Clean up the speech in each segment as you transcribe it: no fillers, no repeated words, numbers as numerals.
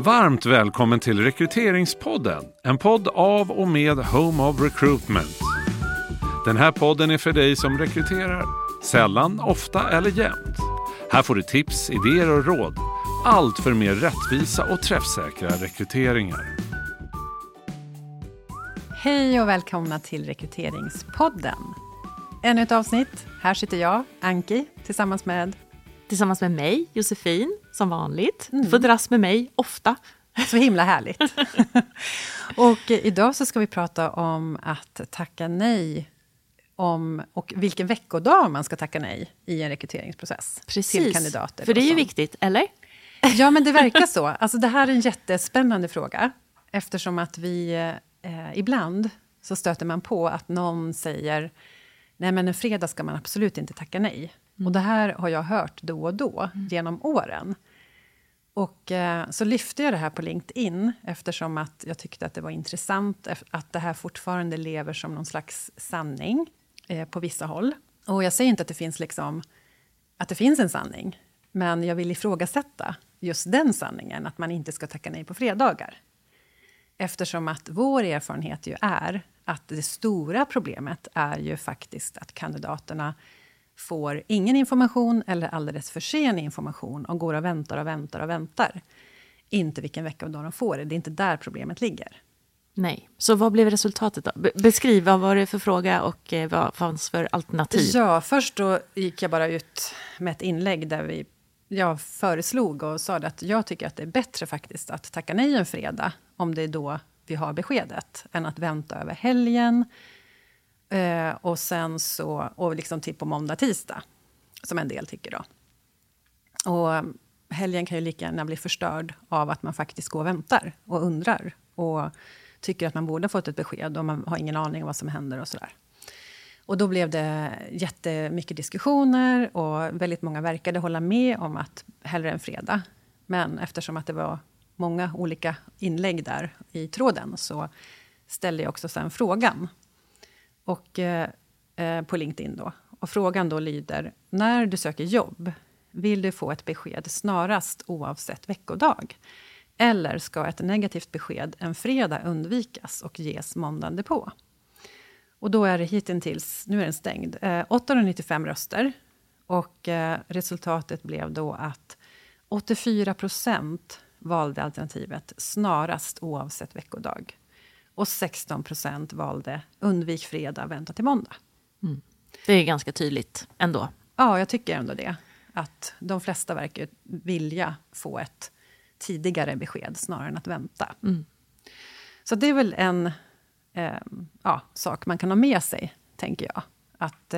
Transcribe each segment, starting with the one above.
Varmt välkommen till Rekryteringspodden, en podd av och med Home of Recruitment. Den här podden är för dig som rekryterar, sällan, ofta eller jämt. Här får du tips, idéer och råd, allt för mer rättvisa och träffsäkra rekryteringar. Hej och välkomna till Rekryteringspodden. Ännu ett avsnitt. Här sitter jag, Anki, tillsammans med mig, Josefin, som vanligt. Du får dras med mig ofta. Så himla härligt. Och idag så ska vi prata om att tacka nej och vilken veckodag man ska tacka nej i en rekryteringsprocess. Precis, till kandidater. För det är ju viktigt, eller? Ja, men det verkar så. Alltså, det här är en jättespännande fråga. Eftersom att vi ibland så stöter man på att någon säger nej, men en fredag ska man absolut inte tacka nej. Och det här har jag hört då och då genom åren. Och så lyfte jag det här på LinkedIn eftersom att jag tyckte att det var intressant att det här fortfarande lever som någon slags sanning på vissa håll. Och jag säger inte att det finns en sanning, men jag vill ifrågasätta just den sanningen, att man inte ska tacka nej på fredagar. Eftersom att vår erfarenhet ju är att det stora problemet är ju faktiskt att kandidaterna får ingen information eller alldeles för sen information och går och väntar. Inte vilken veckodag de får det. Det är inte där problemet ligger. Nej. Så vad blev resultatet då? Beskriv, vad var det för fråga och vad fanns för alternativ? Ja, först då gick jag bara ut med ett inlägg där jag föreslog och sa att jag tycker att det är bättre faktiskt att tacka nej en fredag, om det är då vi har beskedet, än att vänta över helgen. Och sen så, och liksom till på måndag, tisdag, som en del tycker då. Och helgen kan ju lika gärna bli förstörd av att man faktiskt går och väntar och undrar. Och tycker att man borde ha fått ett besked och man har ingen aning om vad som händer och sådär. Och då blev det jättemycket diskussioner och väldigt många verkade hålla med om att hellre en fredag. Men eftersom att det var många olika inlägg där i tråden så ställde jag också sen frågan. Och på LinkedIn då. Och frågan då lyder: när du söker jobb, vill du få ett besked snarast oavsett veckodag? Eller ska ett negativt besked en fredag undvikas och ges måndagen på? Och då är det hittills, nu är den stängd, 895 röster. Och resultatet blev då att 84% valde alternativet snarast oavsett veckodag. Och 16% valde undvik fredag, vänta till måndag. Mm. Det är ganska tydligt ändå. Ja, jag tycker ändå det. Att de flesta verkar vilja få ett tidigare besked snarare än att vänta. Mm. Så det är väl en sak man kan ha med sig, tänker jag. Att,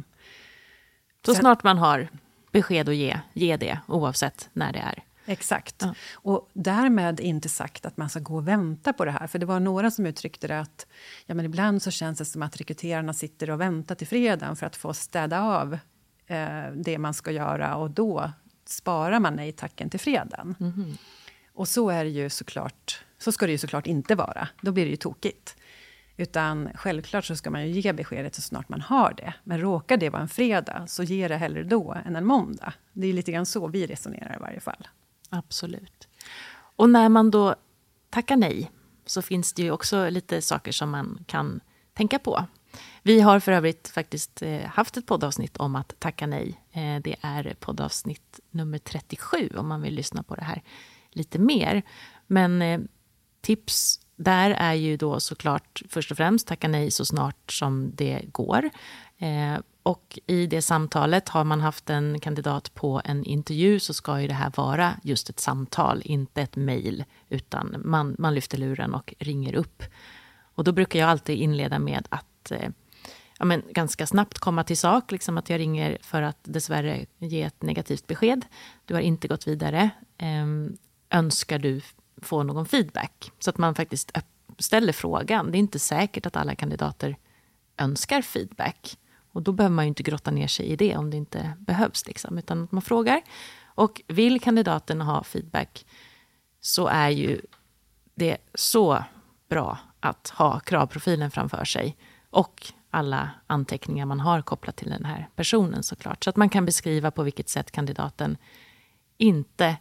så snart man har besked att ge det oavsett när det är. Exakt. Ja. Och därmed inte sagt att man ska gå och vänta på det här. För det var några som uttryckte det att men ibland så känns det som att rekryterarna sitter och väntar till fredagen för att få städa av det man ska göra. Och då sparar man nej tacken till fredagen. Mm-hmm. Och så är det ju såklart, så ska det ju såklart inte vara. Då blir det ju tokigt. Utan självklart så ska man ju ge beskedet så snart man har det. Men råkar det vara en fredag så ger det hellre då än en måndag. Det är lite grann så vi resonerar i varje fall. Absolut. Och när man då tackar nej så finns det ju också lite saker som man kan tänka på. Vi har för övrigt faktiskt haft ett poddavsnitt om att tacka nej. Det är poddavsnitt nummer 37 om man vill lyssna på det här lite mer. Men tips där är ju då såklart först och främst tacka nej så snart som det går. Och i det samtalet har man haft en kandidat på en intervju så ska ju det här vara just ett samtal, inte ett mejl, utan man lyfter luren och ringer upp. Och då brukar jag alltid inleda med att ganska snabbt komma till sak, liksom att jag ringer för att dessvärre ge ett negativt besked. Du har inte gått vidare. Önskar du få någon feedback? Så att man faktiskt ställer frågan. Det är inte säkert att alla kandidater önskar feedback. Och då behöver man ju inte grotta ner sig i det om det inte behövs. Liksom, utan att man frågar. Och vill kandidaten ha feedback så är ju det så bra att ha kravprofilen framför sig. Och alla anteckningar man har kopplat till den här personen såklart. Så att man kan beskriva på vilket sätt kandidaten inte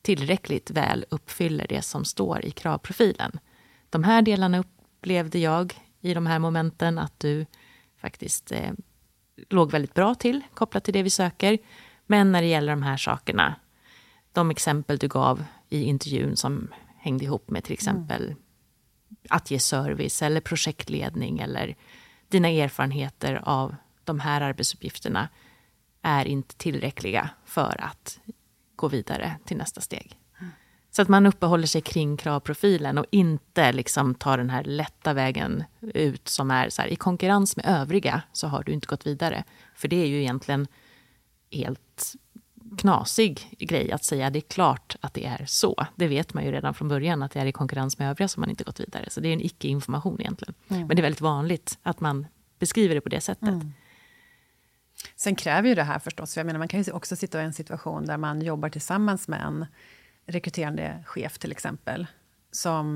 tillräckligt väl uppfyller det som står i kravprofilen. De här delarna upplevde jag i de här momenten att du faktiskt låg väldigt bra till kopplat till det vi söker. Men när det gäller de här sakerna, de exempel du gav i intervjun som hängde ihop med till exempel att ge service eller projektledning eller dina erfarenheter av de här arbetsuppgifterna är inte tillräckliga för att gå vidare till nästa steg. Så att man uppehåller sig kring kravprofilen och inte liksom tar den här lätta vägen ut som är så här, i konkurrens med övriga så har du inte gått vidare. För det är ju egentligen helt knasig grej att säga det är klart att det är så. Det vet man ju redan från början att det är i konkurrens med övriga som man inte gått vidare. Så det är en icke-information egentligen. Men det är väldigt vanligt att man beskriver det på det sättet. Sen kräver ju det här förstås, för jag menar man kan ju också sitta i en situation där man jobbar tillsammans med en rekryterande chef till exempel, som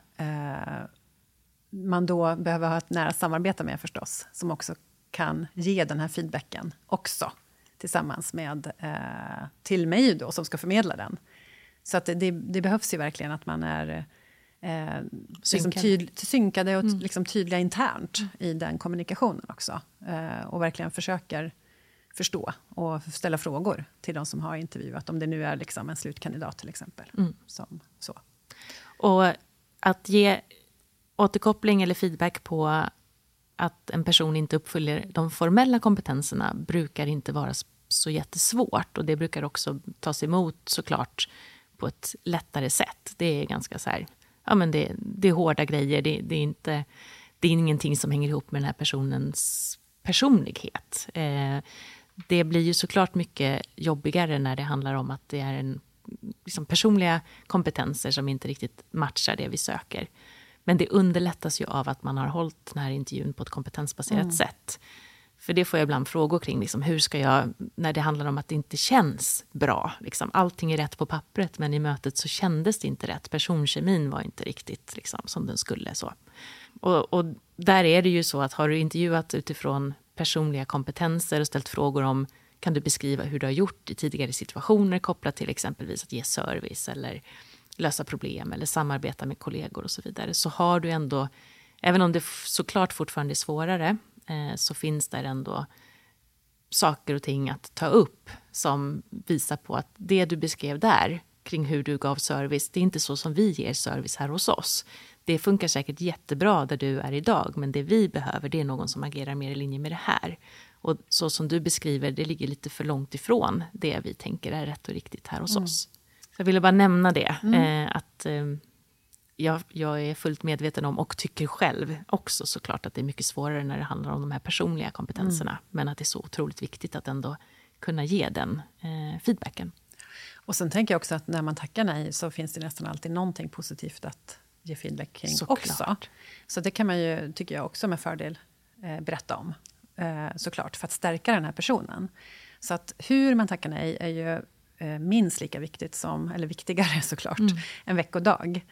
man då behöver ha ett nära samarbete med förstås, som också kan ge den här feedbacken också tillsammans med till mig då som ska förmedla den. Så att det behövs ju verkligen att man är liksom synkade och liksom tydliga internt i den kommunikationen också. Och verkligen försöker förstå och ställa frågor till de som har intervjuat, om det nu är liksom en slutkandidat till exempel. Som så. Och att ge återkoppling eller feedback på att en person inte uppfyller de formella kompetenserna brukar inte vara så jättesvårt. Och det brukar också tas emot såklart på ett lättare sätt. Det är ganska så här, ja men det är hårda grejer. Det är ingenting som hänger ihop med den här personens personlighet. Det blir ju såklart mycket jobbigare när det handlar om att det är en liksom personliga kompetenser som inte riktigt matchar det vi söker. Men det underlättas ju av att man har hållit den här intervjun på ett kompetensbaserat sätt. För det får jag ibland frågor kring. Liksom, hur ska jag, när det handlar om att det inte känns bra. Liksom, allting är rätt på pappret, men i mötet så kändes det inte rätt. Personkemin var inte riktigt liksom, som den skulle. Så. Och där är det ju så att har du intervjuat utifrån personliga kompetenser och ställt frågor om, kan du beskriva hur du har gjort i tidigare situationer kopplat till exempelvis att ge service eller lösa problem eller samarbeta med kollegor och så vidare, så har du ändå, även om det såklart fortfarande är svårare, så finns där ändå saker och ting att ta upp som visar på att det du beskrev där kring hur du gav service, det är inte så som vi ger service här hos oss. Det funkar säkert jättebra där du är idag, men det vi behöver, det är någon som agerar mer i linje med det här. Och så som du beskriver, det ligger lite för långt ifrån det vi tänker är rätt och riktigt här hos oss. Så jag ville bara nämna det, att jag är fullt medveten om och tycker själv också såklart att det är mycket svårare när det handlar om de här personliga kompetenserna. Men att det är så otroligt viktigt att ändå kunna ge den feedbacken. Och sen tänker jag också att när man tackar nej så finns det nästan alltid någonting positivt att ge feedback kring också. Så det kan man ju, tycker jag också med fördel, berätta om. Såklart, för att stärka den här personen. Så att hur man tackar nej är ju minst lika viktigt som, eller viktigare såklart, en veckodag.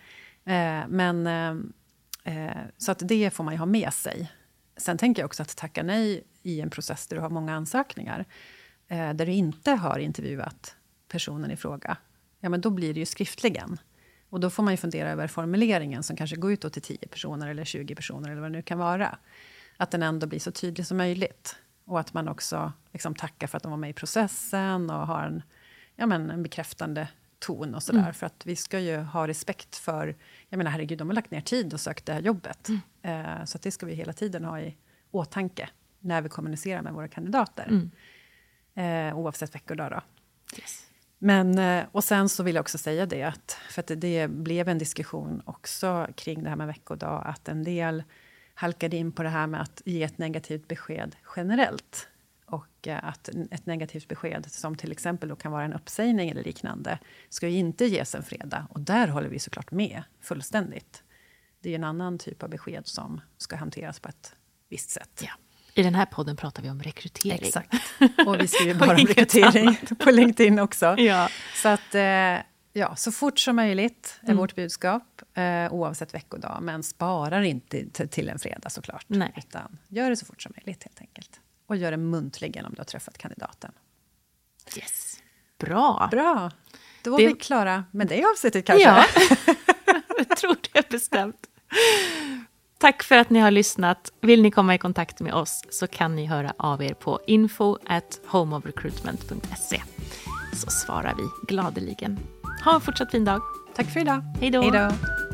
Så att det får man ju ha med sig. Sen tänker jag också att tacka nej i en process där du har många ansökningar, där du inte har intervjuat personen i fråga, ja men då blir det ju skriftligen. Och då får man ju fundera över formuleringen som kanske går ut till 10 personer eller 20 personer eller vad det nu kan vara. Att den ändå blir så tydlig som möjligt. Och att man också liksom tackar för att de var med i processen och har en bekräftande ton och sådär. För att vi ska ju ha respekt för, jag menar herregud, de har lagt ner tid och sökt det här jobbet. Så att det ska vi hela tiden ha i åtanke när vi kommunicerar med våra kandidater. Oavsett veckodag då. Yes. Men, och sen så vill jag också säga det, att, för att det blev en diskussion också kring det här med veckodag, att en del halkade in på det här med att ge ett negativt besked generellt. Och att ett negativt besked som till exempel då kan vara en uppsägning eller liknande ska ju inte ges en fredag. Och där håller vi såklart med fullständigt. Det är en annan typ av besked som ska hanteras på ett visst sätt. Ja. I den här podden pratar vi om rekrytering. Exakt. Och vi skriver bara om rekrytering på LinkedIn också. Ja. Så att så fort som möjligt är vårt budskap, oavsett veckodag. Men sparar inte till en fredag såklart. Nej. Utan gör det så fort som möjligt helt enkelt. Och gör det muntligen om du har träffat kandidaten. Yes. Bra. Då är vi klara med det avsnittet kanske. Ja, jag tror det bestämt. Tack för att ni har lyssnat. Vill ni komma i kontakt med oss så kan ni höra av er på info@homeofrecruitment.se. Så svarar vi gladeligen. Ha en fortsatt fin dag. Tack för idag. Hej då. Hej då.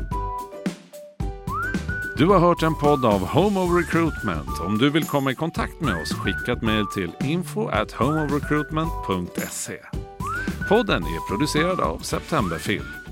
Du har hört en podd av Home of Recruitment. Om du vill komma i kontakt med oss, skicka ett mejl till info@homeofrecruitment.se. Podden är producerad av Septemberfilm.